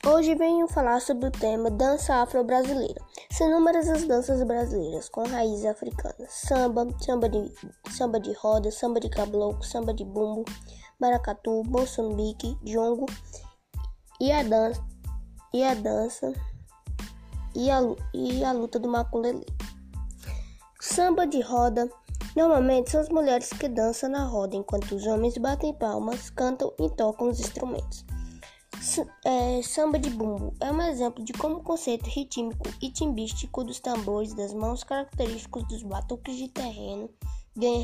Hoje venho falar sobre o tema dança afro-brasileira. São inúmeras as danças brasileiras com raízes africanas: samba de roda, samba de caboclo, samba de bumbo, maracatu, moçambique, jongo e a luta do maculelê. Samba de roda. Normalmente são as mulheres que dançam na roda, enquanto os homens batem palmas, cantam e tocam os instrumentos. Samba de bumbo é um exemplo de como o conceito rítmico e timbístico dos tambores das mãos, característicos dos batuques de terreno, ganha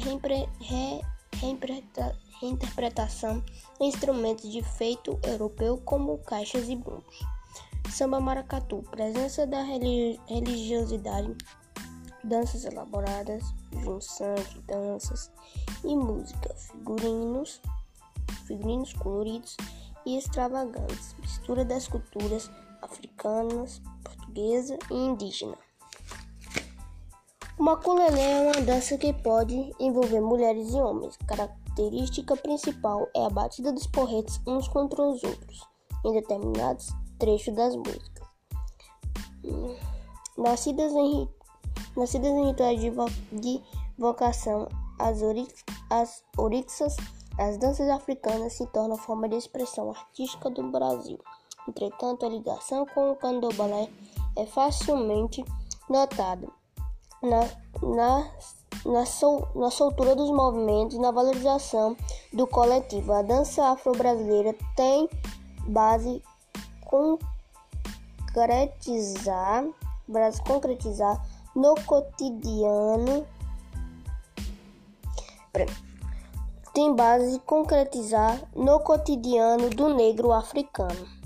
reinterpretação em instrumentos de feito europeu como caixas e bumbos. Samba maracatu, presença da religiosidade, danças elaboradas, junção de danças e música, figurinos coloridos e extravagantes, mistura das culturas africanas, portuguesa e indígena. O maculelê é uma dança que pode envolver mulheres e homens. A característica principal é a batida dos porretes uns contra os outros, em determinados trechos das músicas. Nascidas em rituais de vocação, as orixás, as danças africanas se tornam forma de expressão artística do Brasil. Entretanto, a ligação com o candomblé é facilmente notada na soltura dos movimentos e na valorização do coletivo. A dança afro-brasileira tem base concretizar no cotidiano. Tem base concretizar no cotidiano do negro africano.